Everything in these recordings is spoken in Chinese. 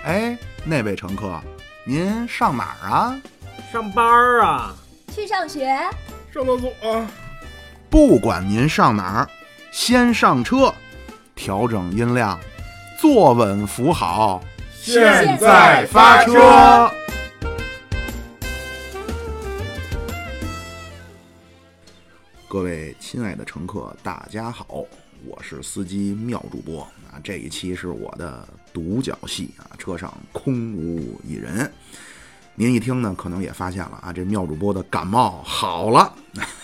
哎，那位乘客，您上哪儿啊？ 上班啊。 去上学。 上厕所啊。 不管您上哪儿，先上车，调整音量，坐稳扶好， 现在发车。 各位亲爱的乘客，大家好，我是司机妙主播啊。这一期是我的独角戏啊，车上空无一人。您一听呢，可能也发现了啊，这妙主播的感冒好了。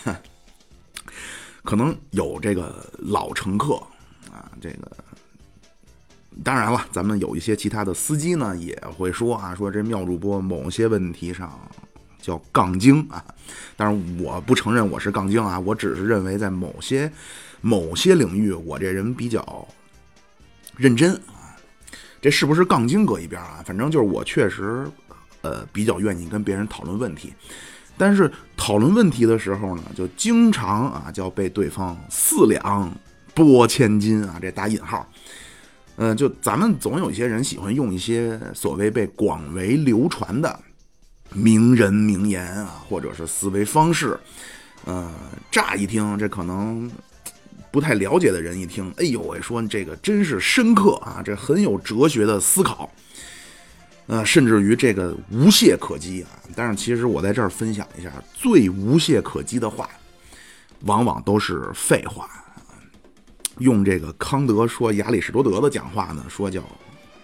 可能有这个老乘客啊，这个当然了，咱们有一些其他的司机呢也会说啊，说这妙主播某些问题上叫杠精啊。但是我不承认我是杠精啊，我只是认为在某些领域我这人比较认真啊。这是不是杠精搁一边啊？反正就是我确实比较愿意跟别人讨论问题。但是讨论问题的时候呢，就经常啊叫被对方四两拨千斤啊，这打引号。就咱们总有一些人喜欢用一些所谓被广为流传的名人名言啊，或者是思维方式。乍一听这可能不太了解的人一听，哎呦喂，说这个真是深刻啊，这很有哲学的思考。甚至于这个无懈可击啊！但是其实我在这儿分享一下，最无懈可击的话，往往都是废话。用这个康德说亚里士多德的讲话呢，说叫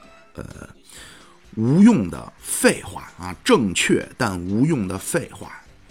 无用的废话啊，正确但无用的废话。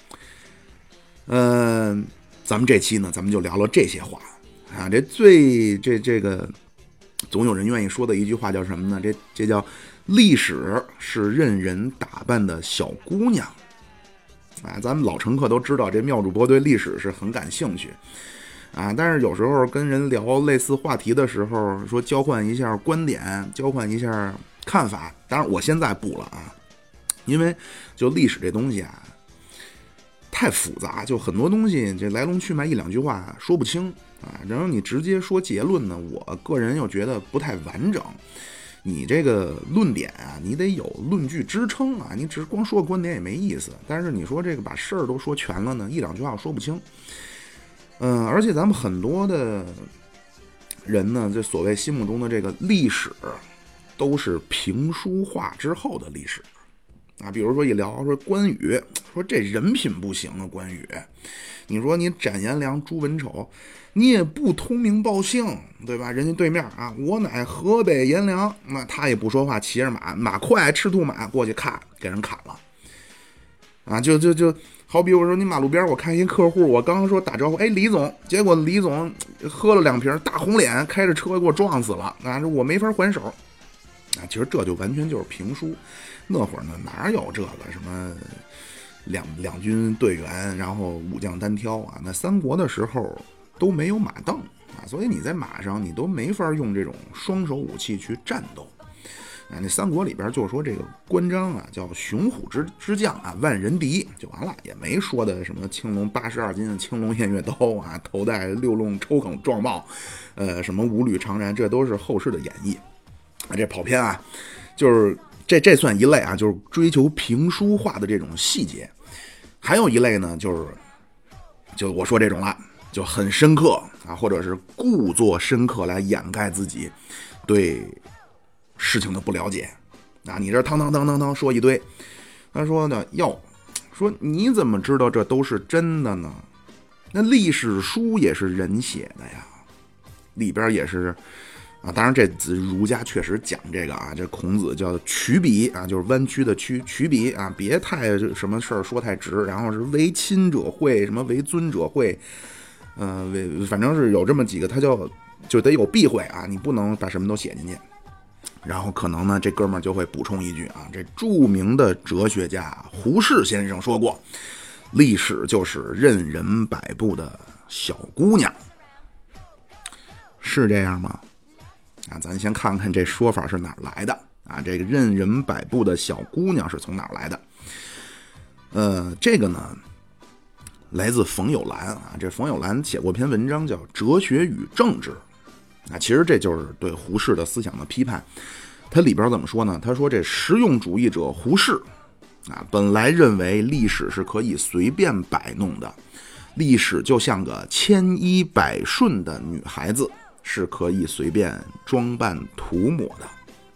咱们这期呢，咱们就聊聊这些话啊。这个总有人愿意说的一句话叫什么呢？这叫历史是任人打扮的小姑娘啊。咱们老乘客都知道，这妙主播对历史是很感兴趣啊。但是有时候跟人聊类似话题的时候，说交换一下观点，交换一下看法。当然我现在不了啊，因为就历史这东西啊太复杂，就很多东西这来龙去脉一两句话说不清啊。然后你直接说结论呢，我个人又觉得不太完整。你这个论点啊，你得有论据支撑啊，你只光说观点也没意思。但是你说这个把事儿都说全了呢，一两句话说不清。而且咱们很多的人呢，这所谓心目中的这个历史，都是评书化之后的历史啊。比如说一聊说关羽，说这人品不行啊，关羽。你说你展颜良、朱文丑，你也不通名报姓，对吧？人家对面啊，我乃河北颜良，那他也不说话，骑着马快，赤兔马过去咔给人砍了啊！就好比我说你马路边我看一客户，我刚刚说打招呼，哎李总，结果李总喝了2瓶，大红脸，开着车给我撞死了啊！我没法还手啊！其实这就完全就是评书，那会儿呢哪有这个什么两军队员，然后武将单挑啊？那三国的时候都没有马镫啊，所以你在马上你都没法用这种双手武器去战斗啊。那三国里边就说这个关张啊叫雄虎之将啊，万人敌就完了，也没说的什么青龙82斤、青龙偃月刀啊，头戴6弄抽梗壮帽，什么五履长髯，这都是后世的演绎啊。这跑偏啊，就是这算一类啊，就是追求评书化的这种细节。还有一类呢，就我说这种了，就很深刻啊，或者是故作深刻来掩盖自己对事情的不了解啊。你这汤说一堆，他说呢，说你怎么知道这都是真的呢？那历史书也是人写的呀，里边也是啊。当然这儒家确实讲这个啊，这孔子叫曲笔啊，就是弯曲的曲笔啊，别太什么事儿说太直，然后是为亲者讳，什么为尊者讳，反正是有这么几个，他就得有避讳啊，你不能把什么都写进去。然后可能呢，这哥们儿就会补充一句啊，这著名的哲学家胡适先生说过，历史就是任人摆布的小姑娘，是这样吗？啊，咱先看看这说法是哪儿来的啊？这个任人摆布的小姑娘是从哪儿来的？这个呢，来自冯友兰啊。这冯友兰写过篇文章叫《哲学与政治》啊，其实这就是对胡适的思想的批判。 他里边怎么说呢？他说这实用主义者胡适本来认为历史是可以随便摆弄的，历史就像个千依百顺的女孩子，是可以随便装扮涂抹的。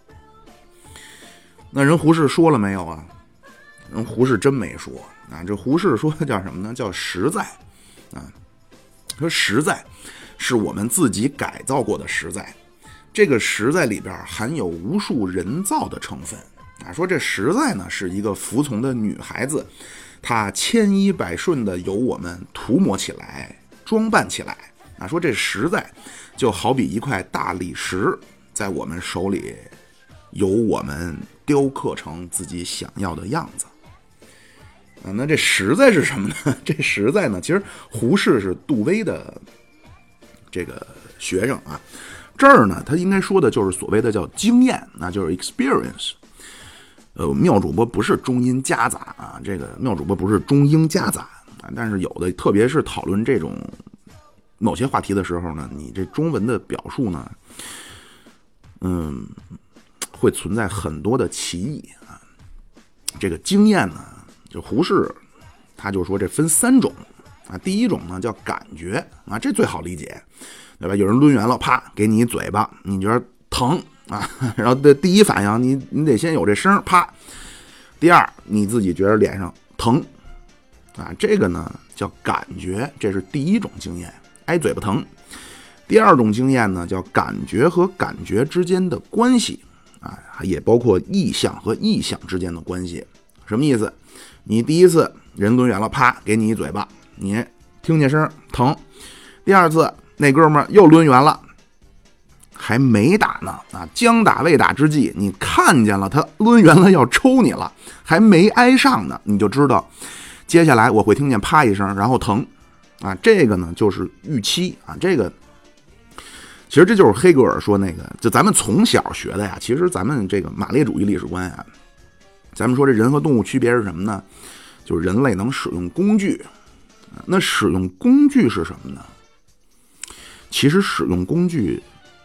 那人胡适说了没有啊？人胡适真没说这胡适说的叫什么呢？叫实在说实在是我们自己改造过的实在，这个实在里边含有无数人造的成分说这实在呢是一个服从的女孩子，她千依百顺的由我们涂抹起来装扮起来说这实在就好比一块大理石在我们手里由我们雕刻成自己想要的样子那这实在是什么呢？这实在呢其实胡适是杜威的这个学生这儿呢他应该说的就是所谓的叫经验，那就是 experience。妙主播不是中英夹杂这个妙主播不是中英夹杂但是有的特别是讨论这种某些话题的时候呢，你这中文的表述呢会存在很多的歧义这个经验呢，就胡适他就说这分3种第一种呢叫感觉这最好理解，对吧？有人抡圆了，啪给你一嘴巴，你觉得疼然后的第一反应你得先有这声，啪。第二你自己觉得脸上疼这个呢叫感觉，这是第一种经验，挨嘴巴疼。第二种经验呢叫感觉和感觉之间的关系也包括意象和意象之间的关系。什么意思？你第一次人抡圆了，啪给你一嘴巴，你听见声疼。第二次那哥们儿又抡圆了，还没打呢将打未打之际，你看见了他抡圆了要抽你了，还没挨上呢，你就知道接下来我会听见啪一声然后疼这个呢就是预期这个其实这就是黑格尔说那个，就咱们从小学的呀。其实咱们这个马列主义历史观咱们说这人和动物区别是什么呢？就是人类能使用工具。那使用工具是什么呢？其实使用工具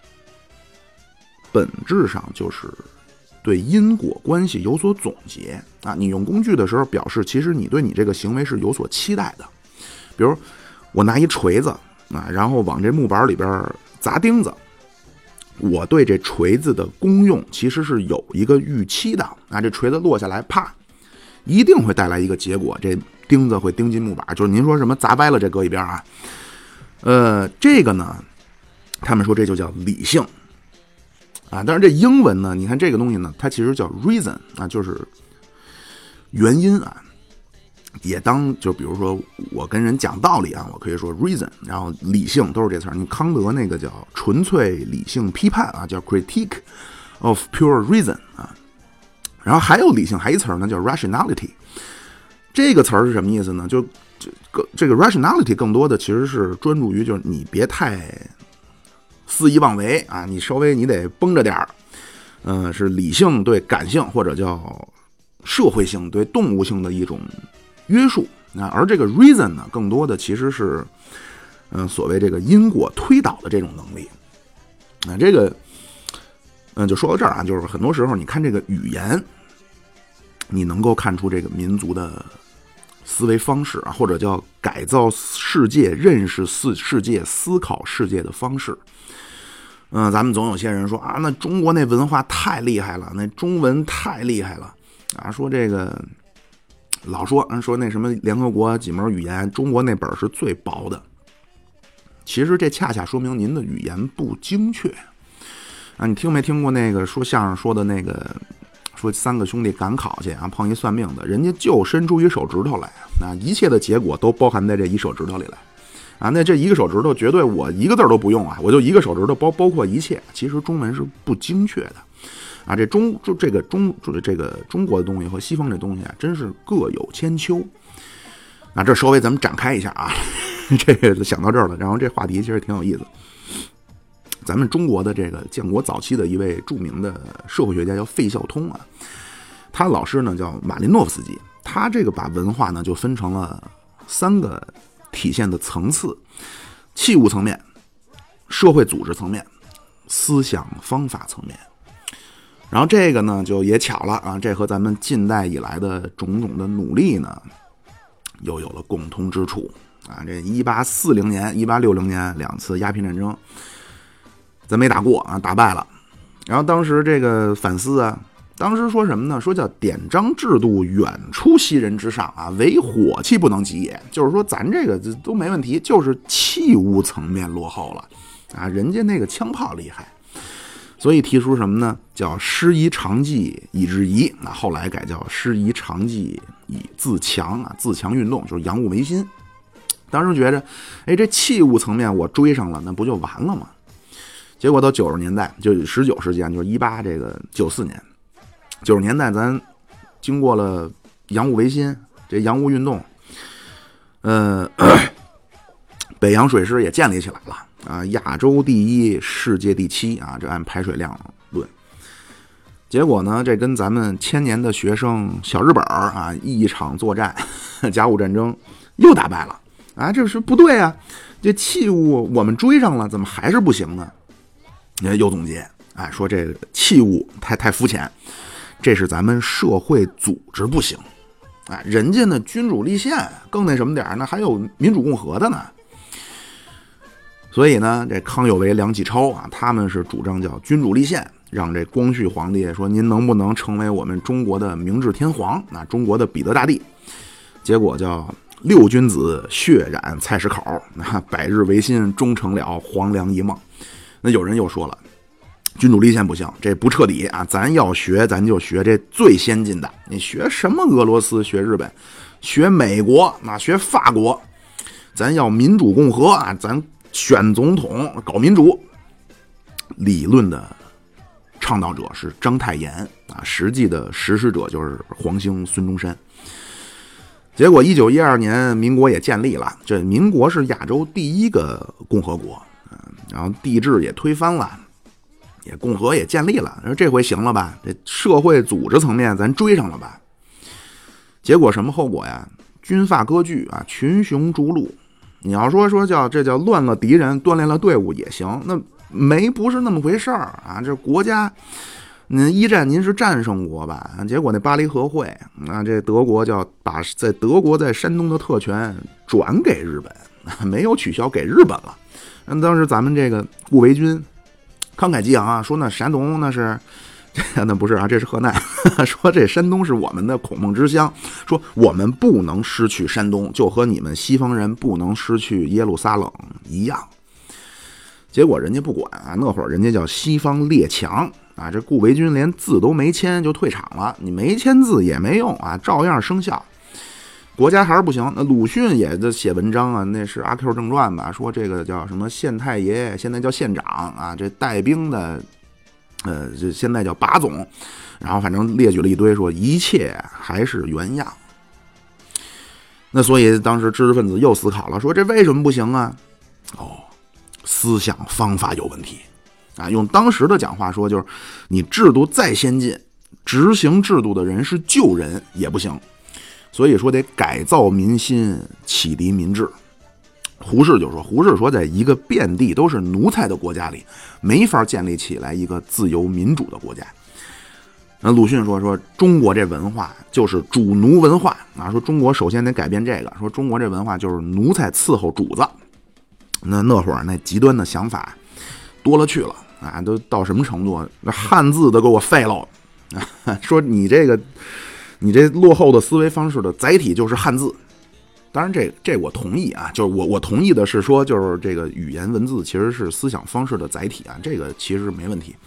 本质上就是对因果关系有所总结你用工具的时候，表示其实你对你这个行为是有所期待的。比如我拿一锤子然后往这木板里边砸钉子，我对这锤子的功用其实是有一个预期的这锤子落下来，啪，一定会带来一个结果，这钉子会钉进木板，就是您说什么砸歪了这搁一边这个呢，他们说这就叫理性但是这英文呢，你看这个东西呢，它其实叫 reason 就是原因也当就比如说我跟人讲道理我可以说 reason， 然后理性都是这词儿。你康德那个叫纯粹理性批判叫 critique of pure reason 然后还有理性还一词儿呢叫 rationality。这个词儿是什么意思呢？就这个 rationality 更多的其实是专注于就是你别太肆意妄为你稍微你得绷着点儿是理性对感性或者叫社会性对动物性的一种约束而这个 reason 呢，更多的其实是所谓这个因果推导的这种能力这个就说到这儿就是很多时候你看这个语言，你能够看出这个民族的思维方式或者叫改造世界、认识世界、思考世界的方式。咱们总有些人说那中国那文化太厉害了，那中文太厉害了说这个老说那什么联合国几门语言，中国那本是最薄的。其实这恰恰说明您的语言不精确你听没听过那个说相声说的那个，说3个兄弟赶考去碰一算命的，人家就伸出一手指头来一切的结果都包含在这一手指头里来那这一个手指头绝对我一个字都不用我就一个手指头包括一切。其实中文是不精确的这中国的东西和西方这东西真是各有千秋这稍微咱们展开一下这个想到这儿了，然后这话题其实挺有意思。咱们中国的这个建国早期的一位著名的社会学家叫费孝通他老师呢叫马林诺夫斯基。他这个把文化呢就分成了3个体现的层次：器物层面、社会组织层面、思想方法层面。 然后这个呢就也巧了啊，这和咱们近代以来的种种的努力呢又有了共通之处啊。这1840年、1860年2次鸦片战争，咱没打过啊，打败了。然后当时这个反思啊，当时说什么呢？说叫典章制度远出西人之上啊，唯火器不能及也。就是说咱这个都没问题，就是器物层面落后了啊，人家那个枪炮厉害。所以提出什么呢？叫师夷长技以制夷，那后来改叫师夷长技以自强啊，自强运动就是洋务维新。当时觉着，哎，这器物层面我追上了，那不就完了吗？结果到90年代，就19世纪，就是94年，90年代咱经过了洋务维新，这洋务运动，北洋水师也建立起来了。啊，亚洲第一，世界第7啊，这按排水量论。结果呢，这跟咱们1000年的学生小日本啊，一场作战，甲午战争又打败了啊，这是不对啊！这器物我们追上了，怎么还是不行呢？又总结，哎，说这个器物太肤浅，这是咱们社会组织不行，哎，人家呢君主立宪更那什么点呢，还有民主共和的呢。所以呢，这康有为、梁启超啊，他们是主张叫君主立宪，让这光绪皇帝说您能不能成为我们中国的明治天皇啊，中国的彼得大帝？结果叫六君子血染菜市口，百日维新终成了黄粱一梦。那有人又说了，君主立宪不行，这不彻底啊！咱要学，咱就学这最先进的。你学什么俄罗斯？学日本？学美国？那学法国？咱要民主共和啊！咱选总统搞民主。理论的倡导者是章太炎啊，实际的实施者就是黄兴、孙中山。结果1912年民国也建立了，这民国是亚洲第一个共和国，然后帝制也推翻了，也共和也建立了，这回行了吧？这社会组织层面咱追上了吧？结果什么后果呀？军阀割据啊，群雄逐鹿。你要说这叫乱了敌人，锻炼了队伍也行，那不是那么回事儿啊！这国家，一战您是战胜国吧？结果那巴黎和会啊，这德国叫把德国在山东的特权转给日本，没有取消，给日本了。当时咱们这个顾维钧慷慨激昂啊，说那山东那是。那不是啊，这是河南。说这山东是我们的孔孟之乡，说我们不能失去山东，就和你们西方人不能失去耶路撒冷一样。结果人家不管啊，那会儿人家叫西方列强啊，这顾维钧连字都没签就退场了，你没签字也没用啊，照样生效。国家还是不行。那鲁迅也在写文章啊，那是《阿 Q 正传》吧，说这个叫什么县太爷，现在叫县长啊，这带兵的。这现在叫把总，然后反正列举了一堆，说一切还是原样。那所以当时知识分子又思考了，说这为什么不行啊？思想方法有问题啊！用当时的讲话说，就是你制度再先进，执行制度的人是旧人也不行，所以说得改造民心，启迪民智。胡适说，在一个遍地都是奴才的国家里，没法建立起来一个自由民主的国家。那鲁迅说中国这文化就是主奴文化啊，说中国首先得改变这个，说中国这文化就是奴才伺候主子。那会儿那极端的想法多了去了啊，都到什么程度？那汉字都给我废了啊！说你这落后的思维方式的载体就是汉字。当然这我同意啊，就是我同意的是说，就是这个语言文字其实是思想方式的载体啊，这个其实没问题。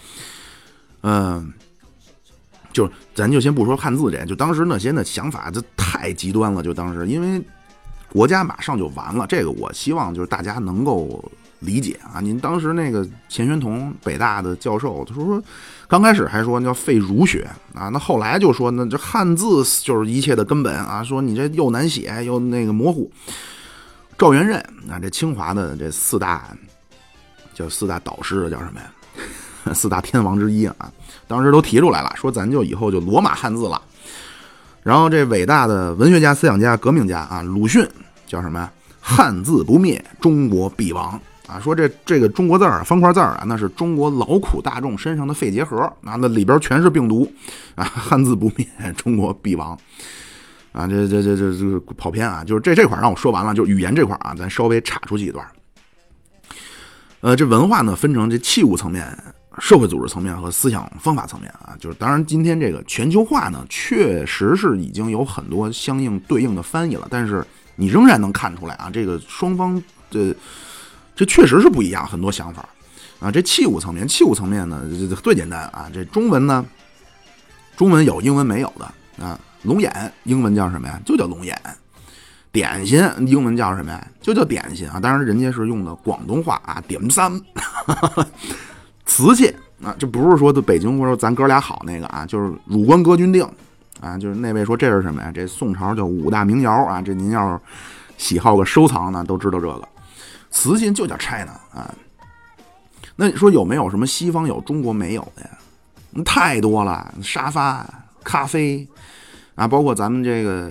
就是咱就先不说汉字这，就当时那些想法这太极端了，就当时因为国家马上就完了，这个我希望就是大家能够理解啊。您当时那个钱玄同北大的教授，他说刚开始还说要废儒学啊，那后来就说那这汉字就是一切的根本啊，说你这又难写又那个模糊。赵元任啊，这清华的这四大导师叫什么呀？四大天王之一啊，当时都提出来了，说咱就以后就罗马汉字了。然后这伟大的文学家、思想家、革命家啊，鲁迅叫什么呀？汉字不灭，中国必亡啊，说这个中国字儿方块字儿啊，那是中国劳苦大众身上的肺结核啊，那里边全是病毒啊，汉字不灭，中国必亡啊！这跑偏啊，就是这块让我说完了，就是语言这块啊，咱稍微插出去一段。这文化呢分成这器物层面、社会组织层面和思想方法层面啊，就是当然今天这个全球化呢，确实是已经有很多相应对应的翻译了，但是你仍然能看出来啊，这个双方这确实是不一样，很多想法啊。这器物层面呢，最简单啊。这中文呢，中文有英文没有的啊。龙眼英文叫什么呀？就叫龙眼。点心英文叫什么呀？就叫点心啊。当然人家是用的广东话啊，点三。瓷器啊，这不是说的北京或者咱哥俩好那个啊，就是汝官歌君定啊，就是那位说这是什么呀？这宋朝叫五大名窑啊。这您要是喜好个收藏呢，都知道这个。瓷器就叫 China 啊，那你说有没有什么西方有中国没有的呀？太多了，沙发、咖啡啊，包括咱们这个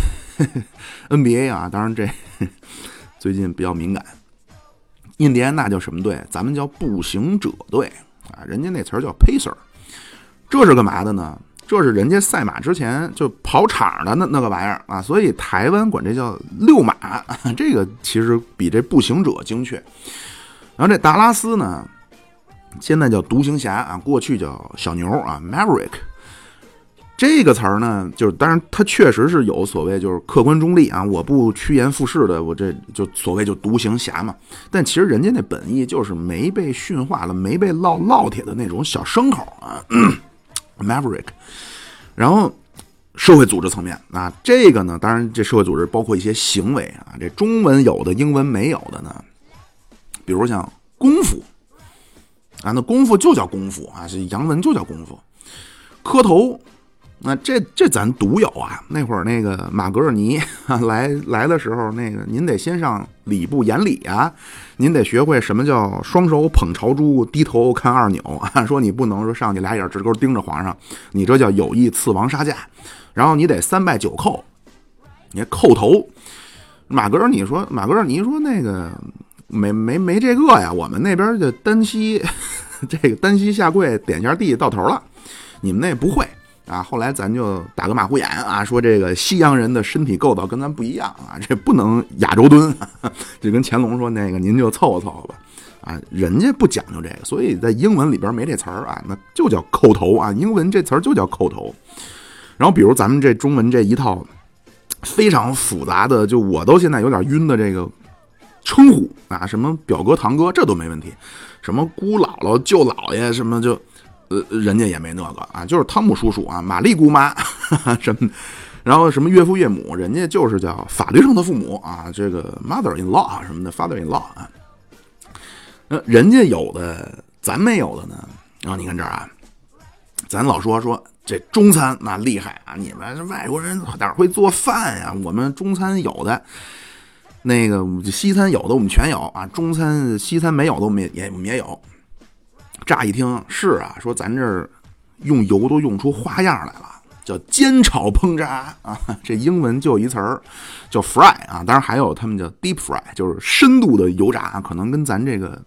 NBA 啊，当然这最近比较敏感。印第安纳叫什么队？咱们叫步行者队啊，人家那词儿叫 Pacer， 这是干嘛的呢？这是人家赛马之前就跑场的那个玩意儿啊，所以台湾管这叫遛马，这个其实比这步行者精确。然后这达拉斯呢，现在叫独行侠啊，过去叫小牛啊 ，Maverick。这个词儿呢，就是当然它确实是有所谓就是客观中立啊，我不趋炎附势的，我这就所谓就独行侠嘛。但其实人家那本意就是没被驯化了、没被烙铁的那种小牲口啊。Maverick， 然后社会组织层面啊，这个呢，当然这社会组织包括一些行为啊，这中文有的，英文没有的呢，比如像功夫啊，那功夫就叫功夫啊，这洋文就叫功夫。磕头，那这咱独有啊，那会儿那个马格尔尼啊来的时候，那个您得先上礼部言礼啊，您得学会什么叫双手捧朝珠，低头看二钮啊，说你不能说上去俩眼直勾盯着皇上，你这叫有意刺王杀驾。然后你得3拜9叩，你叩头。马格尔尼说那个没这个呀，我们那边就单膝这个单膝下跪点下地到头了，你们那不会啊。后来咱就打个马虎眼啊，说这个西洋人的身体构造跟咱不一样啊，这不能亚洲蹲，就跟乾隆说那个您就凑合凑合吧啊，人家不讲究这个，所以在英文里边没这词儿啊，那就叫叩头啊，英文这词儿就叫叩头。然后比如咱们这中文这一套非常复杂的，就我都现在有点晕的这个称呼啊，什么表哥堂哥这都没问题，什么姑姥姥舅姥爷什么就人家也没那个啊，就是汤姆叔叔啊，玛丽姑妈什么，然后什么岳父岳母，人家就是叫法律上的父母啊，这个 mother in law 什么的 father in law 啊，人家有的咱没有的呢。然后你看这儿啊，咱老说这中餐那厉害啊，你们外国人哪会做饭呀？我们中餐有的，那个西餐有的我们全有啊，中餐西餐没有的我们也有。乍一听是啊，说咱这儿用油都用出花样来了，叫煎炒烹炸啊，这英文就一词儿叫 fry 啊，当然还有他们叫 deep fry， 就是深度的油炸啊，可能跟咱这个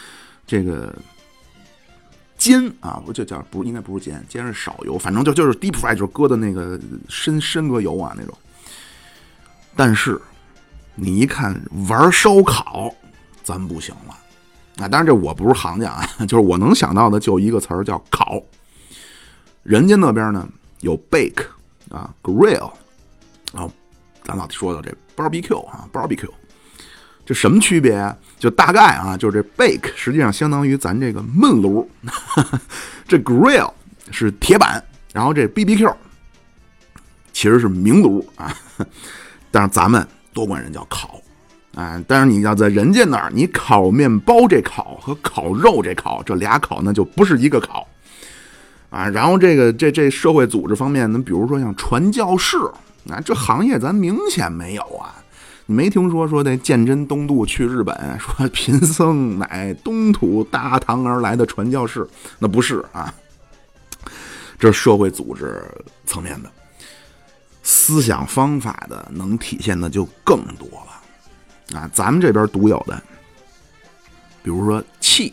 煎啊，我就叫不应该不是煎是少油，反正就是 deep fry， 就是搁的那个深搁油啊那种。但是你一看玩烧烤，咱不行了啊！当然这我不是行家啊，就是我能想到的就一个词儿叫烤。人家那边呢有 bake 啊 grill， 然后咱老说的这 barbecue 啊 barbecue。这什么区别啊？就大概啊，就是这 bake 实际上相当于咱这个焖炉，这 grill 是铁板，然后这 BBQ 其实是明炉啊。但是咱们多管人叫烤啊。但是你要在人家那儿，你烤面包这烤和烤肉这烤，这俩烤那就不是一个烤啊。然后这社会组织方面，比如说像传教士啊，这行业咱明显没有啊。你没听说那鉴真东渡去日本，说贫僧乃东土大唐而来的传教士，那不是啊。这是社会组织层面的，思想方法的能体现的就更多了啊。咱们这边独有的比如说气，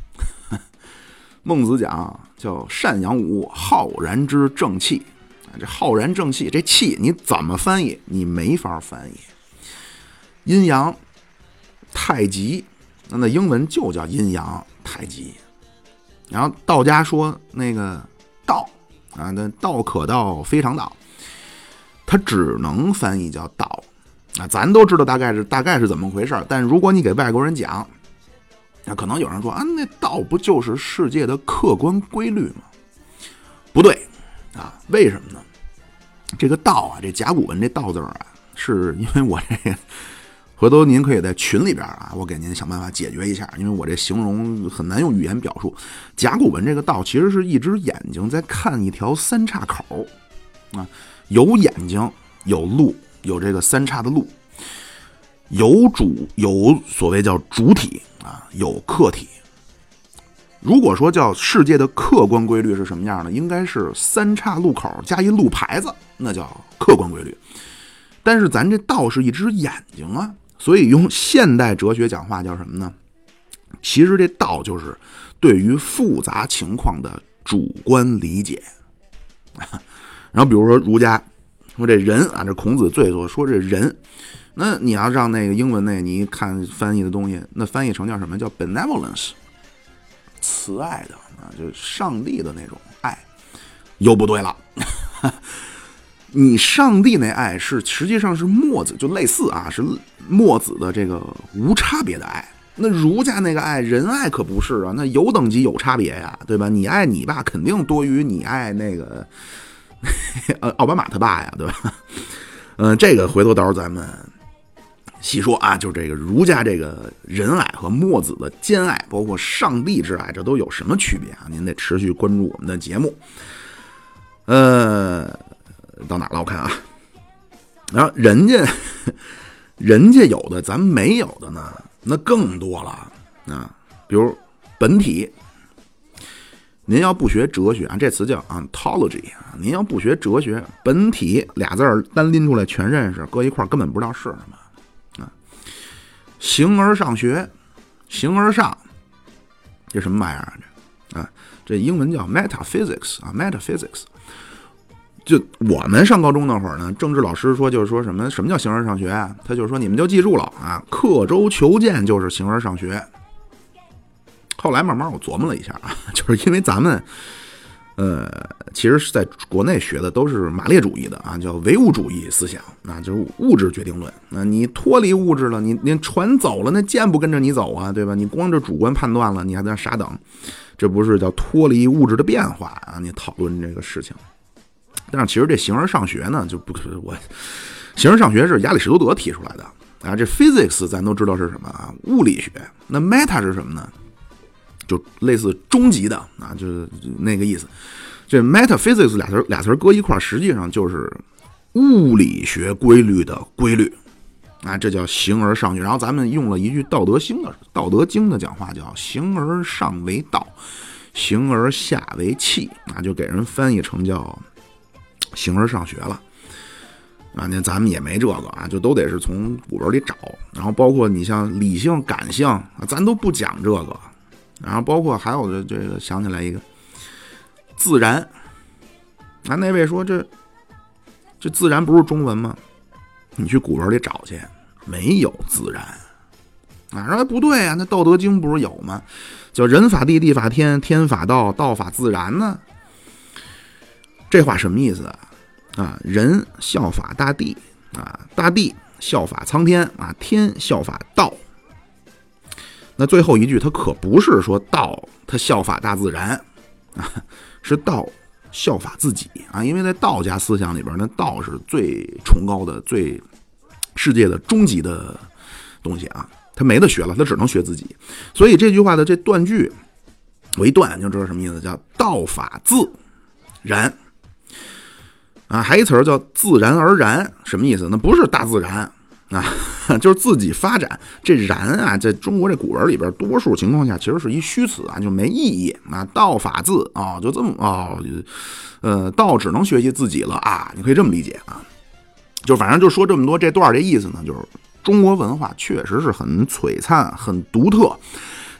孟子讲叫善养武，浩然之正气。这浩然正气，这气你怎么翻译？你没法翻译。阴阳太极，那英文就叫阴阳太极。然后道家说那个道啊，那道可道非常道，它只能翻译叫道啊。咱都知道大概是怎么回事，但如果你给外国人讲，那可能有人说啊，那道不就是世界的客观规律吗？不对啊，为什么呢？这个道啊，这甲骨文这道字啊，是因为我这个回头您可以在群里边啊，我给您想办法解决一下，因为我这形容很难用语言表述。甲骨文这个道其实是一只眼睛在看一条三岔口啊，有眼睛，有路，有这个三岔的路，有所谓叫主体啊，有客体。如果说叫世界的客观规律是什么样的，应该是三岔路口加一路牌子，那叫客观规律。但是咱这道是一只眼睛啊，所以用现代哲学讲话叫什么呢？其实这道就是对于复杂情况的主观理解。然后比如说儒家说这人啊，这孔子最所说这人，那你要让那个英文那你一看翻译的东西，那翻译成叫什么？叫 benevolence， 慈爱的啊，就是上帝的那种爱，又不对了。你上帝那爱是实际上是墨子，就类似啊，是墨子的这个无差别的爱。那儒家那个爱，仁爱可不是啊，那有等级有差别呀，对吧？你爱你爸肯定多于你爱那个奥巴马他爸呀，对吧？这个回头到时候咱们细说啊，就这个儒家这个仁爱和墨子的兼爱，包括上帝之爱，这都有什么区别啊？您得持续关注我们的节目。到哪了？我看啊，然后人家有的咱没有的呢，那更多了啊。比如本体，您要不学哲学啊，这词叫 ontology 啊，您要不学哲学，本体俩字儿单拎出来全认识，搁一块根本不知道是什么啊。形而上学，形而上，这什么玩意儿啊？这英文叫 metaphysics 啊 ，metaphysics。就我们上高中那会儿呢，政治老师说就是说什么叫形而上学啊？他就是说你们就记住了啊，刻舟求剑就是形而上学。后来慢慢我琢磨了一下啊，就是因为咱们其实是在国内学的都是马列主义的啊，叫唯物主义思想啊，就是物质决定论。那你脱离物质了，你船走了，那剑不跟着你走啊，对吧？你光这主观判断了，你还在那傻等，这不是叫脱离物质的变化啊？你讨论这个事情。但是其实这形而上学呢，就不是我形而上学是亚里士多德提出来的啊。这 physics 咱都知道是什么啊，物理学。那 meta 是什么呢？就类似终极的啊，就是那个意思。这 metaphysics 俩词搁一块，实际上就是物理学规律的规律啊，这叫形而上学。然后咱们用了一句道德经的讲话，叫形而上为道，形而下为器啊，就给人翻译成叫形而上学了啊！那咱们也没这个啊，就都得是从古文里找。然后包括你像理性、感性啊，咱都不讲这个。然后包括还有的这个，想起来一个自然啊，那位说这自然不是中文吗？你去古文里找去，没有自然啊。说不对啊，那《道德经》不是有吗？叫人法地，地法天，天法道，道法自然呢。这话什么意思啊？人效法大地啊，大地效法苍天啊，天效法道。那最后一句，它可不是说道它效法大自然啊，是道效法自己啊。因为在道家思想里边，那道是最崇高的、最世界的终极的东西啊，他没得学了，他只能学自己。所以这句话的这断句，我一断就知道什么意思，叫道法自然。啊，还一词叫自然而然，什么意思？那不是大自然啊，就是自己发展。这然啊，在中国这古文里边，多数情况下其实是一虚词啊，就没意义啊。道法自啊，就这么道只能学习自己了啊，你可以这么理解啊。就反正就说这么多，这段这意思呢，就是中国文化确实是很璀璨、很独特。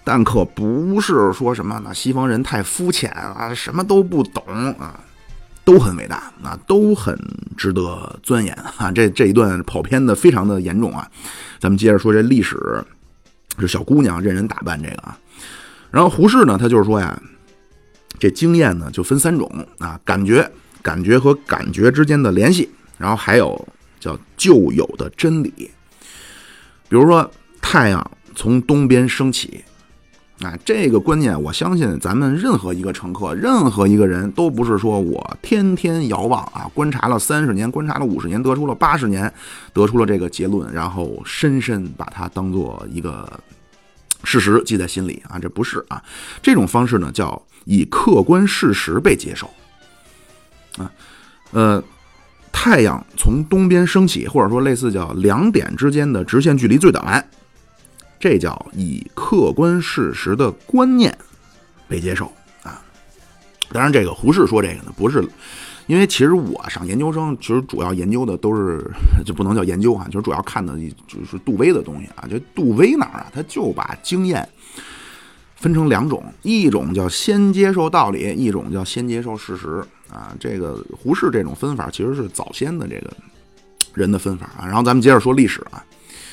但可不是说什么呢西方人太肤浅啊，什么都不懂啊，都很伟大啊，都很值得钻研啊。这一段跑偏的非常的严重啊。咱们接着说这历史，这小姑娘任人打扮这个啊。然后胡适呢，他就是说呀，这经验呢就分3种啊，感觉和感觉之间的联系，然后还有叫旧有的真理。比如说太阳从东边升起啊，这个观念我相信咱们任何一个乘客，任何一个人都不是说我天天遥望啊，观察了30年，观察了50年，得出了80年，得出了这个结论，然后深深把它当做一个事实记在心里啊，这不是啊。这种方式呢叫以客观事实被接受啊。太阳从东边升起，或者说类似叫2点之间的直线距离最短，这叫以客观事实的观念被接受啊。当然这个胡适说这个呢不是，因为其实我上研究生其实主要研究的都是，就不能叫研究啊，就是主要看的就是杜威的东西啊。这杜威哪儿啊，他就把经验分成2种，一种叫先接受道理，一种叫先接受事实啊。这个胡适这种分法其实是早先的这个人的分法啊。然后咱们接着说历史啊。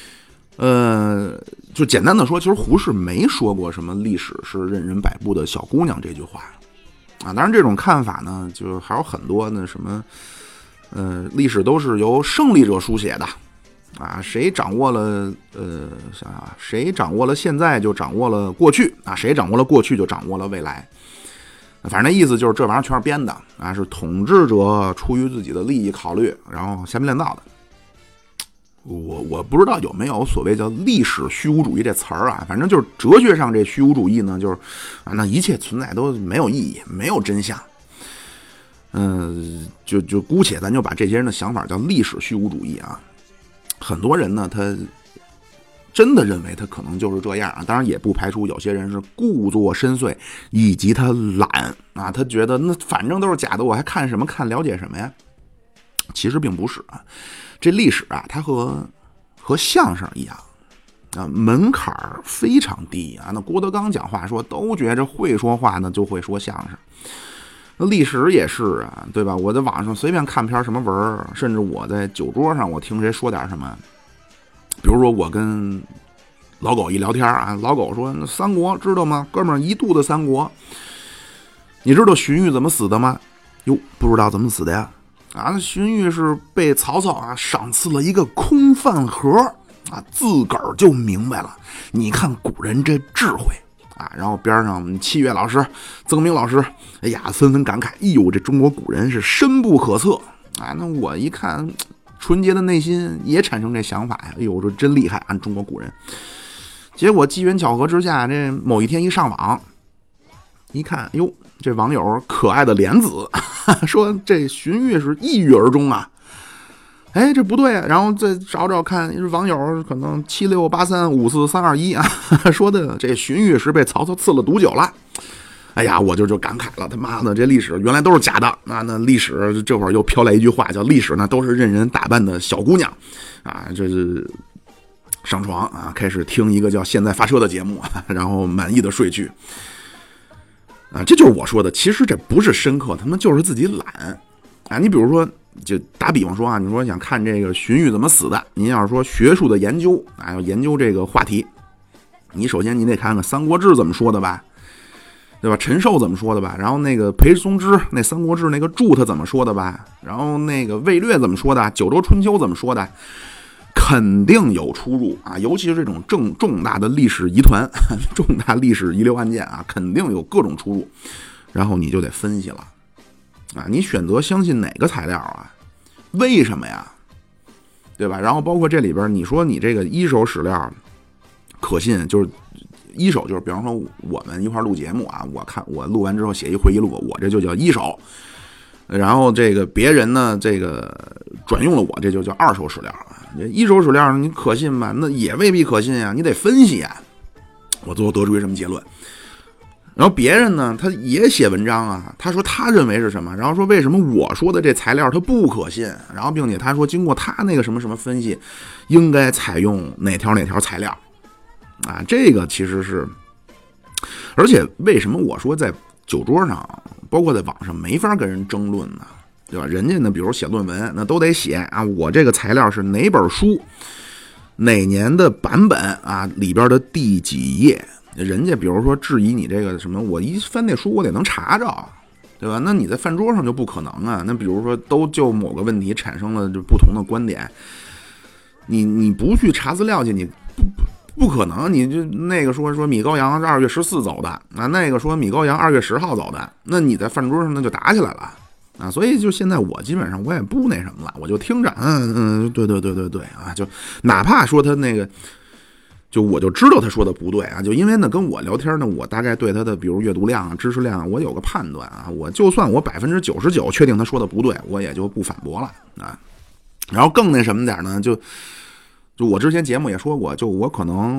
就简单的说，其实胡适没说过什么历史是任人摆布的小姑娘这句话啊。当然这种看法呢，就还有很多呢什么，历史都是由胜利者书写的啊，谁掌握了谁掌握了现在就掌握了过去啊，谁掌握了过去就掌握了未来。反正那意思就是这玩意儿全是编的啊，是统治者出于自己的利益考虑，然后瞎编乱造的。我不知道有没有所谓叫历史虚无主义这词儿啊，反正就是哲学上这虚无主义呢，就是啊，那一切存在都没有意义，没有真相。就姑且咱就把这些人的想法叫历史虚无主义啊。很多人呢，他真的认为他可能就是这样啊，当然也不排除有些人是故作深邃，以及他懒啊，他觉得那反正都是假的，我还看什么看，了解什么呀？其实并不是啊。这历史啊，它和相声一样啊，门槛非常低啊。那郭德纲讲话说，都觉着会说话呢就会说相声。那历史也是啊，对吧？我在网上随便看篇什么文，甚至我在酒桌上我听谁说点什么，比如说我跟老狗一聊天啊，老狗说那三国知道吗？哥们儿，一肚子三国。你知道荀彧怎么死的吗？哟，不知道怎么死的呀。啊，荀彧是被曹操啊赏赐了一个空饭盒啊，自个儿就明白了。你看古人这智慧啊，然后边上七月老师、曾明老师，哎呀，纷纷感慨，哎呦，这中国古人是深不可测啊。那我一看，纯洁的内心也产生这想法呀，哎呦，这真厉害啊，中国古人。结果机缘巧合之下，这某一天一上网，一看，哟，这网友可爱的莲子说这荀彧是一语而终啊，哎，这不对啊，然后再找找看，网友可能76835432啊，说的这荀彧是被曹操赐了毒酒了。哎呀，我就感慨了，他妈的，这历史原来都是假的啊！那历史这会儿又飘来一句话，叫历史呢都是任人打扮的小姑娘啊，这是上床啊，开始听一个叫《现在发车》的节目，然后满意的睡去。啊，这就是我说的，其实这不是深刻，他们就是自己懒啊。你比如说，就打比方说啊，你说想看这个荀彧怎么死的，您要是说学术的研究啊，要研究这个话题，你首先你得看看《三国志》怎么说的吧，对吧？陈寿怎么说的吧？然后那个裴松之那《三国志》那个注他怎么说的吧？然后那个魏略怎么说的？《九州春秋》怎么说的？肯定有出入啊，尤其是这种重大的历史疑团、重大历史遗留案件啊，肯定有各种出入。然后你就得分析了啊，你选择相信哪个材料啊？为什么呀？对吧？然后包括这里边，你说你这个一手史料可信，就是一手，就是比方说我们一块录节目啊，我录完之后写一回忆录，我这就叫一手。然后这个别人呢，这个转用了我，这就叫二手史料啊。一手史料你可信吧？那也未必可信啊，你得分析啊。我最后得出一什么结论？然后别人呢，他也写文章啊，他说他认为是什么，然后说为什么我说的这材料他不可信，然后并且他说经过他那个什么什么分析，应该采用哪条材料啊？这个其实是而且为什么我说在酒桌上，包括在网上没法跟人争论呢？对吧？人家呢，比如写论文，那都得写啊，我这个材料是哪本书、哪年的版本啊，里边的第几页。人家比如说质疑你这个什么，我一翻那书我得能查着，对吧？那你在饭桌上就不可能啊。那比如说都就某个问题产生了就不同的观点，你不去查资料去，你不可能。你就那个说米高扬是2月14走的啊，那个说米高扬2月10号走的，那你在饭桌上那就打起来了啊。所以就现在我基本上我也不那什么了，我就听着，对啊，就哪怕说他那个。就我就知道他说的不对啊，就因为呢跟我聊天呢，我大概对他的比如阅读量、知识量，我有个判断啊。我就算我99%确定他说的不对，我也就不反驳了啊。然后更那什么点呢，就我之前节目也说过，就我可能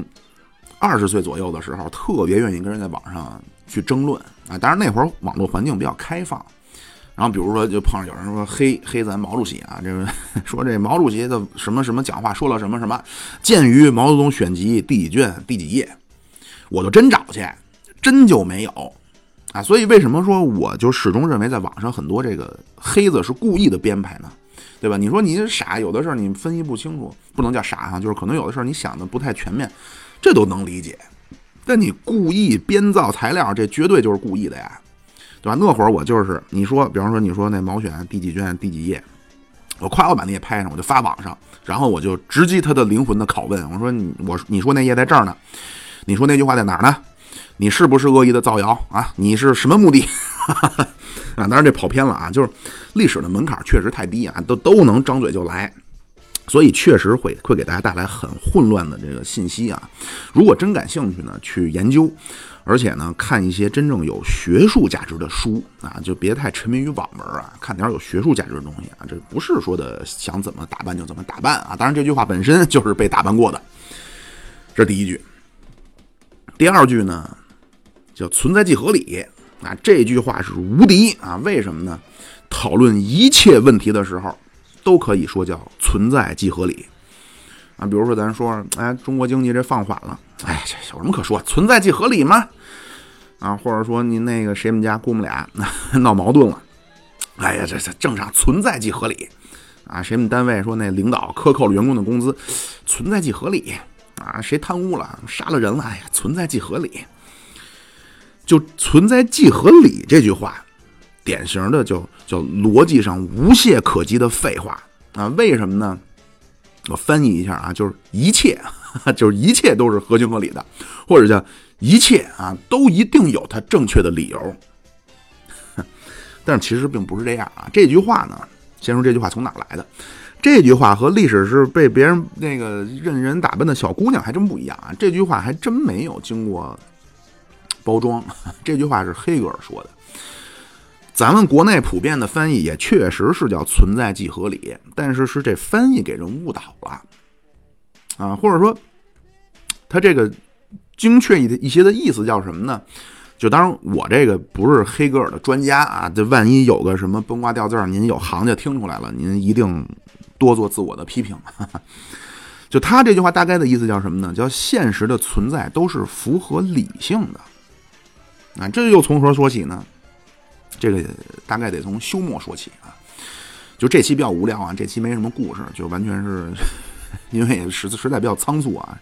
20岁左右的时候，特别愿意跟人在网上去争论啊。当然那会儿网络环境比较开放。然后比如说就碰上有人说黑咱毛主席啊，这个说这毛主席的什么什么讲话说了什么什么，鉴于毛泽东选集第几卷第几页，我就真找去，真就没有啊。所以为什么说我就始终认为在网上很多这个黑子是故意的编排呢？对吧？你说你傻，有的事儿你分析不清楚，不能叫傻哈，就是可能有的事儿你想的不太全面，这都能理解。但你故意编造材料，这绝对就是故意的呀。对吧？那会儿我就是你说，比方说你说那毛选第几卷第几页，我快要把那页拍上，我就发网上，然后我就直击他的灵魂的拷问。我说你说那页在这儿呢，你说那句话在哪儿呢？你是不是恶意的造谣啊？你是什么目的？啊，当然这跑偏了啊，就是历史的门槛确实太低啊，都能张嘴就来。所以确实会给大家带来很混乱的这个信息啊。如果真感兴趣呢，去研究，而且呢看一些真正有学术价值的书啊，就别太沉迷于网文啊，看点有学术价值的东西啊。这不是说的想怎么打扮就怎么打扮啊。当然这句话本身就是被打扮过的。这是第一句。第二句呢叫存在即合理啊，这句话是无敌啊。为什么呢？讨论一切问题的时候都可以说叫存在即合理啊。比如说咱说中国经济这放缓了，这有什么可说，存在即合理吗？啊，或者说你那个谁们家姑母俩闹矛盾了，这正常，存在即合理啊。谁们单位说那领导克扣了员工的工资，存在即合理啊。谁贪污了杀了人了，存在即合理。就存在即合理这句话典型的叫逻辑上无懈可击的废话啊。为什么呢？我翻译一下啊，就是一切都是合情合理的，或者叫一切啊都一定有它正确的理由。但是其实并不是这样啊。这句话呢，先说这句话从哪来的？这句话和历史是被别人那个任人打扮的小姑娘还真不一样啊。这句话还真没有经过包装，这句话是黑格尔说的。咱们国内普遍的翻译也确实是叫存在即合理，但是这翻译给人误导了啊，或者说他这个精确一些的意思叫什么呢？就当然我这个不是黑格尔的专家啊，这万一有个什么崩瓜掉字您有行家听出来了，您一定多做自我的批评。就他这句话大概的意思叫什么呢？叫现实的存在都是符合理性的啊。这又从何说起呢？这个大概得从休谟说起啊。就这期比较无聊啊，这期没什么故事，就完全是因为实在比较仓促啊。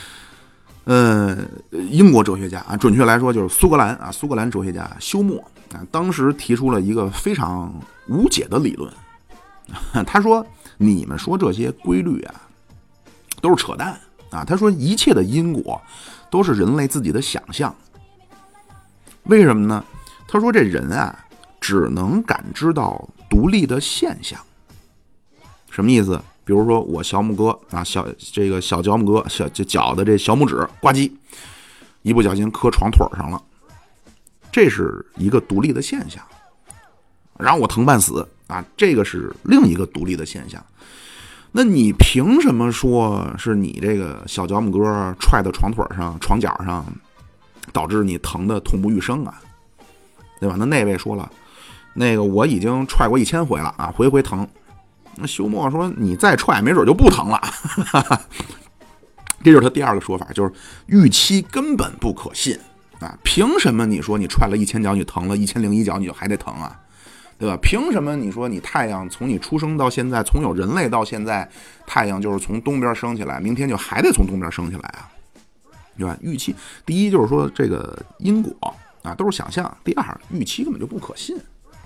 英国哲学家啊，准确来说就是苏格兰哲学家休谟啊，当时提出了一个非常无解的理论。他说：“你们说这些规律啊，都是扯淡啊。”他说：“一切的因果都是人类自己的想象。为什么呢？他说这人啊，只能感知到独立的现象。什么意思？比如说我小拇哥啊，小脚拇哥，脚的这小拇指呱唧，一不小心磕床腿上了，这是一个独立的现象。然后我疼半死啊，这个是另一个独立的现象。那你凭什么说是你这个小脚拇哥踹到床腿上、床角上，导致你疼的痛不欲生啊？对吧？那位说了，那个我已经踹过1000回了啊，回回疼。那休谟说你再踹没准就不疼了。这就是他第二个说法，就是预期根本不可信啊，凭什么你说你踹了1000脚你疼了，1001脚你就还得疼啊？对吧？凭什么你说你太阳从你出生到现在，从有人类到现在，太阳就是从东边升起来，明天就还得从东边升起来啊？对吧？预期第一就是说这个因果啊都是想象，第二预期根本就不可信。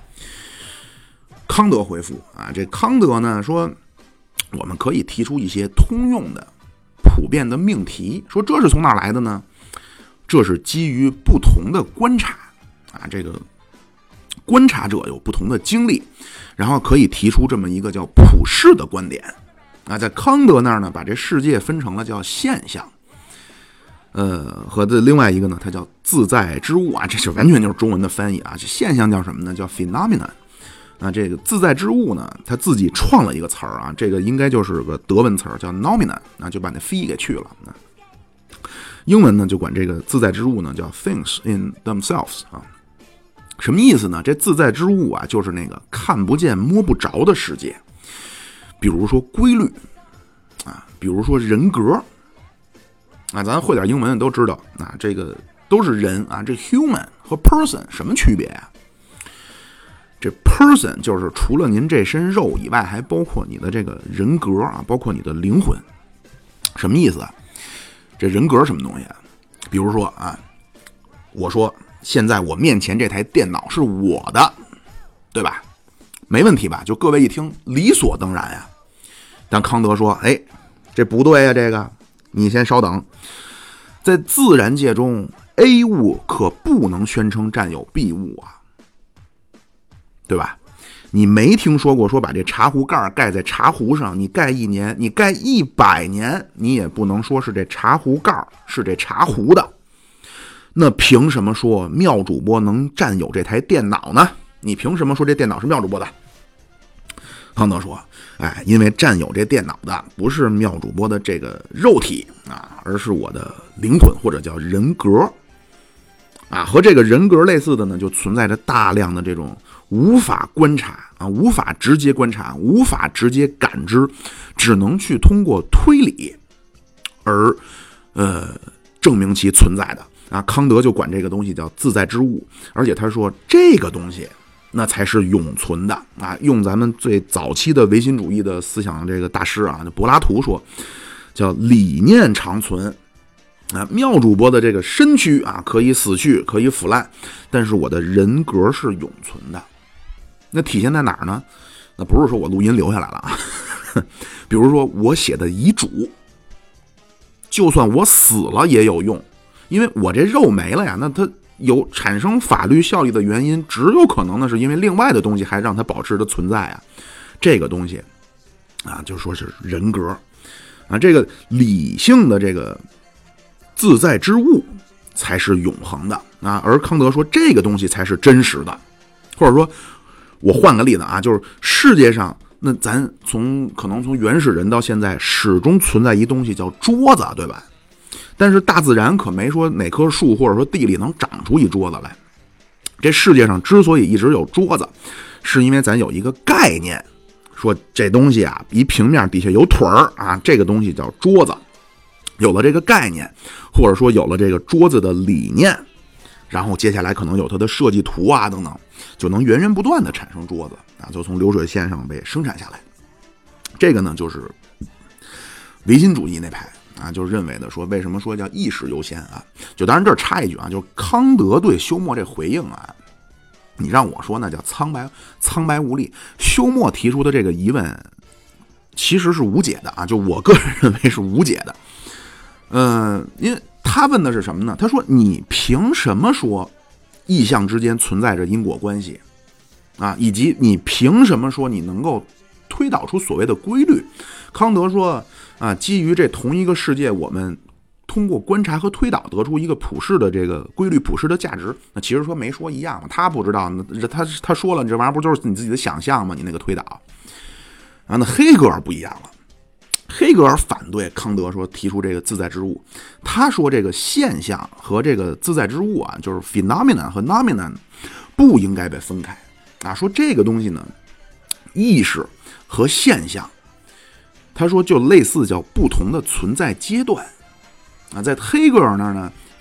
康德回复啊，这康德呢说，我们可以提出一些通用的、普遍的命题，说这是从哪来的呢？这是基于不同的观察啊，这个观察者有不同的经历，然后可以提出这么一个叫普世的观点啊。在康德那儿呢，把这世界分成了叫现象，和这另外一个呢，它叫自在之物啊，这就完全就是中文的翻译啊。这现象叫什么呢？叫 phenomenon。啊，这个自在之物呢，他自己创了一个词儿啊，这个应该就是个德文词儿，叫 nomen， 啊，就把那 phi 给去了。英文呢就管这个自在之物呢叫 things in themselves 啊，什么意思呢？这自在之物啊，就是那个看不见摸不着的世界，比如说规律啊，比如说人格啊，咱会点英文都知道啊，这个都是人啊，这 human 和 person 什么区别啊？这 person 就是除了您这身肉以外，还包括你的这个人格啊，包括你的灵魂。什么意思啊？这人格什么东西啊？比如说啊，我说现在我面前这台电脑是我的，对吧？没问题吧？就各位一听理所当然呀。但康德说，哎，这不对呀，这个你先稍等。在自然界中 ，A 物可不能宣称占有 B 物啊。对吧？你没听说过说把这茶壶盖盖在茶壶上，你盖1年，你盖100年，你也不能说是这茶壶盖是这茶壶的。那凭什么说妙主播能占有这台电脑呢？你凭什么说这电脑是妙主播的？康德说，哎，因为占有这电脑的不是妙主播的这个肉体啊，而是我的灵魂或者叫人格啊。和这个人格类似的呢，就存在着大量的这种无法观察啊，无法直接观察，无法直接感知，只能去通过推理而证明其存在的啊。康德就管这个东西叫自在之物，而且他说这个东西那才是永存的啊。用咱们最早期的唯心主义的思想这个大师啊，柏拉图说，叫理念长存。啊，妙主播的这个身躯啊，可以死去，可以腐烂，但是我的人格是永存的。那体现在哪儿呢？那不是说我录音留下来了啊，比如说我写的遗嘱，就算我死了也有用，因为我这肉没了呀。那它有产生法律效力的原因，只有可能的是因为另外的东西还让它保持着存在啊。这个东西啊，就说是人格啊，这个理性的这个自在之物才是永恒的啊，而康德说这个东西才是真实的。或者说我换个例子啊，就是世界上那咱可能从原始人到现在始终存在一东西叫桌子，对吧？但是大自然可没说哪棵树或者说地里能长出一桌子来。这世界上之所以一直有桌子，是因为咱有一个概念，说这东西啊一平面底下有腿儿啊，这个东西叫桌子。有了这个概念，或者说有了这个桌子的理念，然后接下来可能有它的设计图啊等等，就能源源不断的产生桌子啊，就从流水线上被生产下来。这个呢就是唯心主义那派啊，就是认为的说，为什么说叫意识优先啊？就当然这儿插一句啊，就是康德对休谟这回应啊，你让我说那叫苍白无力。休谟提出的这个疑问其实是无解的啊，就我个人认为是无解的。因为他问的是什么呢？他说你凭什么说意象之间存在着因果关系啊？以及你凭什么说你能够推导出所谓的规律？康德说啊，基于这同一个世界，我们通过观察和推导得出一个普世的这个规律，普世的价值。那其实说没说一样嘛，他不知道，他说了，你这玩意儿不就是你自己的想象吗？你那个推导啊，那黑格尔不一样了。黑格尔反对康德说提出这个自在之物，他说这个现象和这个自在之物啊，就是 phenomenon 和 nomenon 不应该被分开啊。说这个东西呢，意识和现象，他说就类似叫不同的存在阶段啊。在黑格尔那儿呢，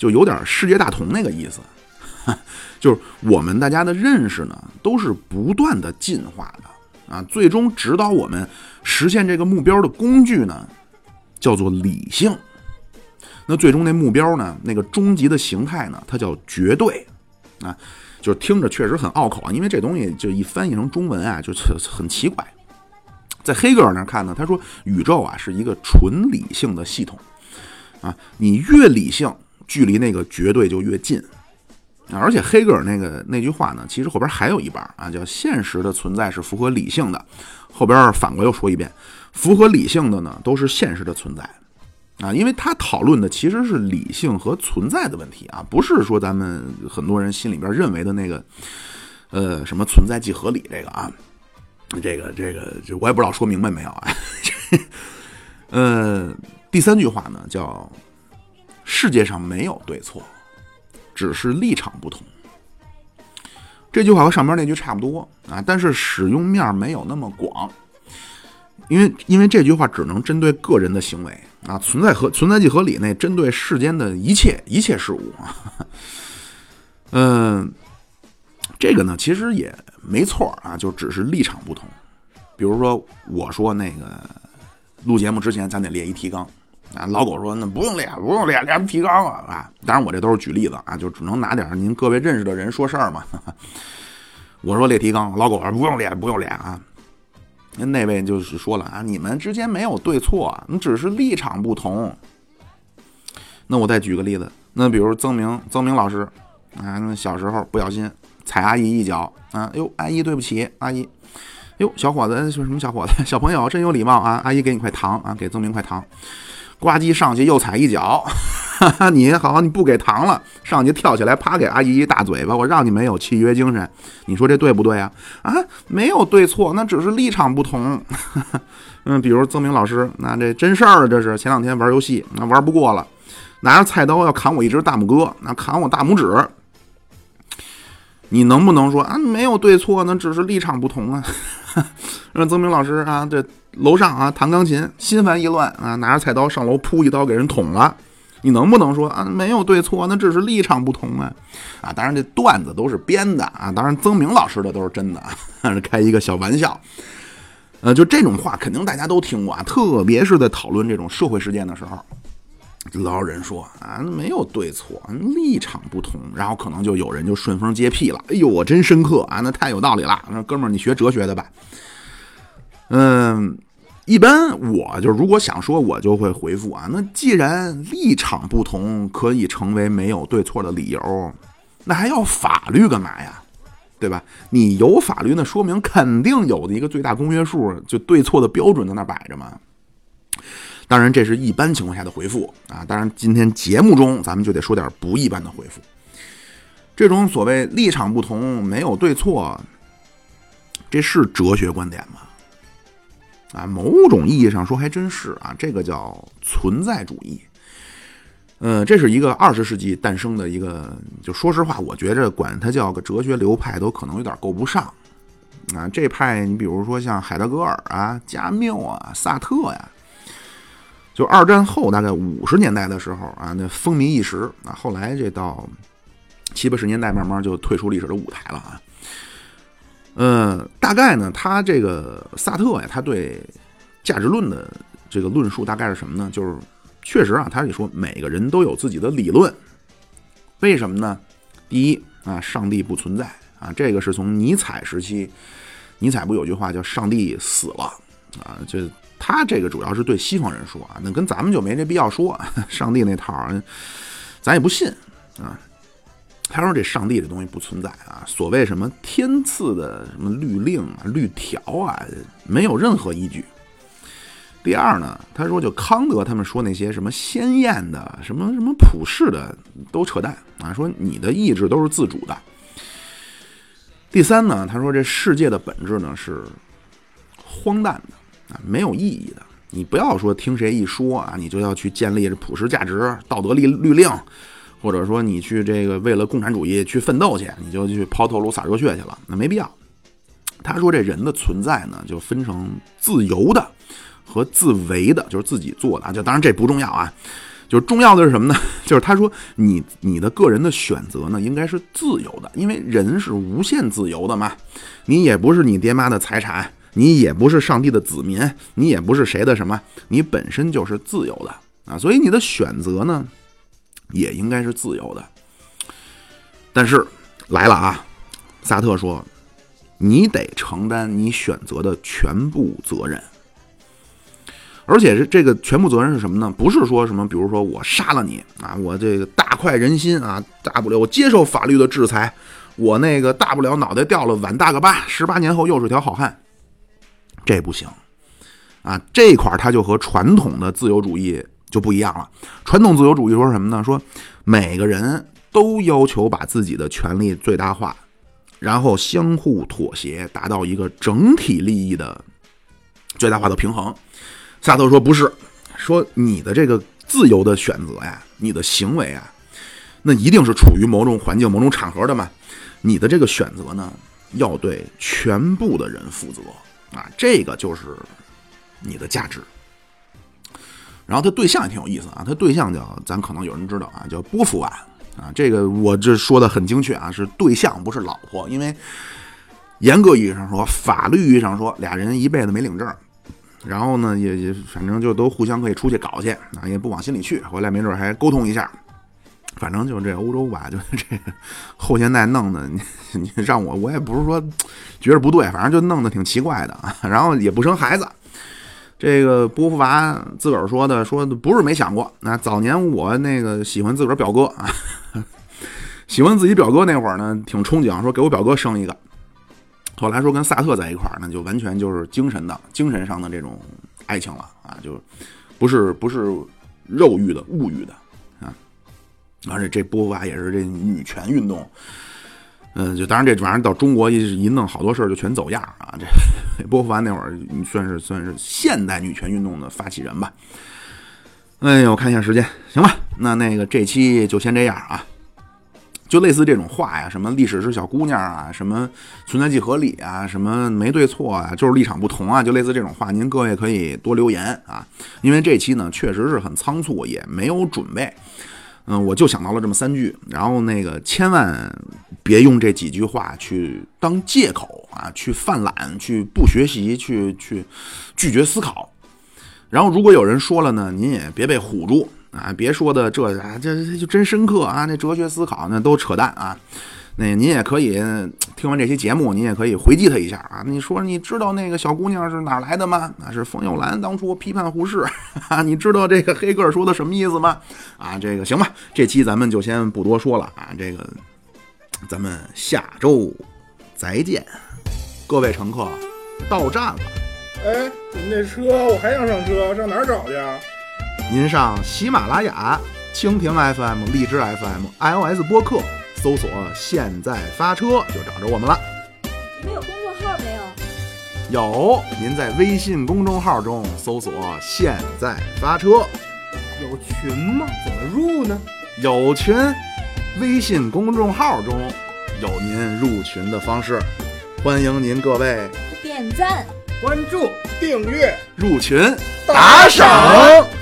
就有点世界大同那个意思，就是我们大家的认识呢都是不断的进化的啊，最终指导我们实现这个目标的工具呢叫做理性。那最终那目标呢，那个终极的形态呢，它叫绝对啊，就是听着确实很拗口啊，因为这东西就一翻译成中文啊，就很奇怪。在黑格尔那看呢，他说宇宙啊是一个纯理性的系统啊，你越理性，距离那个绝对就越近啊。而且黑格尔那句话呢，其实后边还有一半啊，叫现实的存在是符合理性的。后边反过又说一遍，符合理性的呢都是现实的存在啊，因为他讨论的其实是理性和存在的问题啊，不是说咱们很多人心里边认为的那个什么存在即合理这个啊。这个我也不知道说明白没有啊。第三句话呢叫世界上没有对错，只是立场不同。这句话和上边那句差不多啊，但是使用面没有那么广，因为这句话只能针对个人的行为啊，存在即合理那针对世间的一切事物啊。这个呢其实也没错啊，就只是立场不同。比如说我说那个录节目之前咱得列一提纲啊，老狗说那不用列提纲啊。当然我这都是举例子啊，就只能拿点您各位认识的人说事儿嘛。我说列提纲，老狗说不用列啊。那位就是说了啊，你们之间没有对错，你只是立场不同。那我再举个例子，那比如曾明老师啊，那小时候不小心踩阿姨一脚啊，哟，阿姨对不起，阿姨，哟，小伙子说什么小伙子，小朋友真有礼貌啊，阿姨给你块糖啊，给曾明块糖，呱唧上去又踩一脚，哈哈，你好，你不给糖了，上去跳起来啪给阿姨一大嘴巴，我让你没有契约精神，你说这对不对啊？啊，没有对错，那只是立场不同。比如曾明老师，那这真事儿，这是前两天玩游戏，那玩不过了，拿着菜刀要砍我一只大拇哥，那砍我大拇指。你能不能说啊没有对错呢，只是立场不同啊？让曾明老师啊，这楼上啊弹钢琴，心烦意乱啊，拿着菜刀上楼扑一刀给人捅了。你能不能说啊没有对错，那只是立场不同啊？啊，当然这段子都是编的啊，当然曾明老师的都是真的啊，开一个小玩笑。就这种话肯定大家都听过啊，特别是在讨论这种社会事件的时候。老有人说啊，没有对错，立场不同，然后可能就有人就顺风接屁了。哎呦，我真深刻啊，那太有道理了。那哥们儿，你学哲学的吧？一般我就如果想说，我就会回复啊，那既然立场不同可以成为没有对错的理由，那还要法律干嘛呀？对吧？你有法律，那说明肯定有的一个最大公约数，就对错的标准在那摆着嘛。当然这是一般情况下的回复啊，当然今天节目中咱们就得说点不一般的回复。这种所谓立场不同没有对错，这是哲学观点吗？啊，某种意义上说还真是啊，这个叫存在主义。这是一个20世纪诞生的一个，就说实话，我觉着管它叫个哲学流派都可能有点够不上啊。这派你比如说像海德格尔啊、加缪啊、萨特呀，就二战后大概50年代的时候啊，那风靡一时啊，后来这到70、80年代慢慢就退出历史的舞台了啊。大概呢，他这个萨特呀，他对价值论的这个论述大概是什么呢？就是确实啊，他也说每个人都有自己的理论，为什么呢？第一啊，上帝不存在啊，这个是从尼采时期，尼采不有句话叫"上帝死了"啊，这他这个主要是对西方人说啊，那跟咱们就没这必要说，上帝那套咱也不信啊。他说这上帝这东西不存在啊，所谓什么天赐的什么律令啊、律条啊，没有任何依据。第二呢，他说就康德他们说那些什么鲜艳的、什么普世的都扯淡啊，说你的意志都是自主的。第三呢，他说这世界的本质呢是荒诞的啊，没有意义的。你不要说听谁一说啊，你就要去建立这普世价值、道德律令。或者说你去这个为了共产主义去奋斗去，你就去抛头颅洒热血去了，那没必要。他说这人的存在呢，就分成自由的和自为的，就是自己做的啊。就当然这不重要啊。 就是重要的是什么呢？就是他说你的个人的选择呢，应该是自由的，因为人是无限自由的嘛。你也不是你爹妈的财产，你也不是上帝的子民，你也不是谁的什么，你本身就是自由的啊。所以你的选择呢，也应该是自由的。但是来了啊，萨特说，你得承担你选择的全部责任。而且这个全部责任是什么呢？不是说什么，比如说我杀了你啊，我这个大快人心啊，大不了我接受法律的制裁，我那个大不了脑袋掉了碗大个疤，18年后又是条好汉，这不行啊！这块它就和传统的自由主义就不一样了。传统自由主义说什么呢？说每个人都要求把自己的权利最大化，然后相互妥协，达到一个整体利益的最大化的平衡。萨特说不是，说你的这个自由的选择呀，你的行为啊，那一定是处于某种环境、某种场合的嘛。你的这个选择呢，要对全部的人负责啊，这个就是你的价值。然后他对象也挺有意思啊，他对象叫，咱可能有人知道啊，叫波伏娃啊，这个我这说的很精确啊，是对象不是老婆，因为严格意义上说，法律意义上说，俩人一辈子没领证。然后呢，也反正就都互相可以出去搞去啊，也不往心里去，回来没准还沟通一下。反正就这欧洲吧，就这个后现代弄的，你让我也不是说觉得不对，反正就弄得挺奇怪的啊。然后也不生孩子，这个波伏娃自个儿说的不是没想过。那早年我那个喜欢自个儿表哥啊，喜欢自己表哥那会儿呢，挺憧憬说给我表哥生一个。后来说跟萨特在一块儿呢，就完全就是精神上的这种爱情了啊，就不是肉欲的物欲的啊。而且这波伏娃也是这女权运动，就当然这玩意儿到中国一弄好多事儿就全走样啊。这波伏娃那会儿算是现代女权运动的发起人吧。哎呦，我看一下时间，行吧，那个这期就先这样啊。就类似这种话呀，什么历史是小姑娘啊，什么存在即合理啊，什么没对错啊，就是立场不同啊，就类似这种话，您各位可以多留言啊，因为这期呢确实是很仓促，也没有准备，我就想到了这么3句，然后那个千万别用这几句话去当借口啊，去犯懒，去不学习，去拒绝思考，然后如果有人说了呢，您也别被唬住。啊，别说的这就真深刻啊！那哲学思考那都扯淡啊！那您也可以听完这期节目，您也可以回击他一下啊！你说你知道那个小姑娘是哪来的吗？那是冯友兰当初批判胡适啊！你知道这个黑格尔说的什么意思吗？啊，这个行吧，这期咱们就先不多说了啊！这个咱们下周再见，各位乘客，到站了。 哎，你那车我还想上车，上哪儿找去啊？ 您上喜马拉雅、蜻蜓 FM、荔枝 FM、iOS 播客搜索“现在发车”就找着我们了。 你们有公众号没有？ 有，您在微信公众号中搜索“现在发车”。 有群吗？怎么入呢？ 有群，微信公众号中有您入群的方式，欢迎您各位点赞、 关注、订阅、 入群打赏。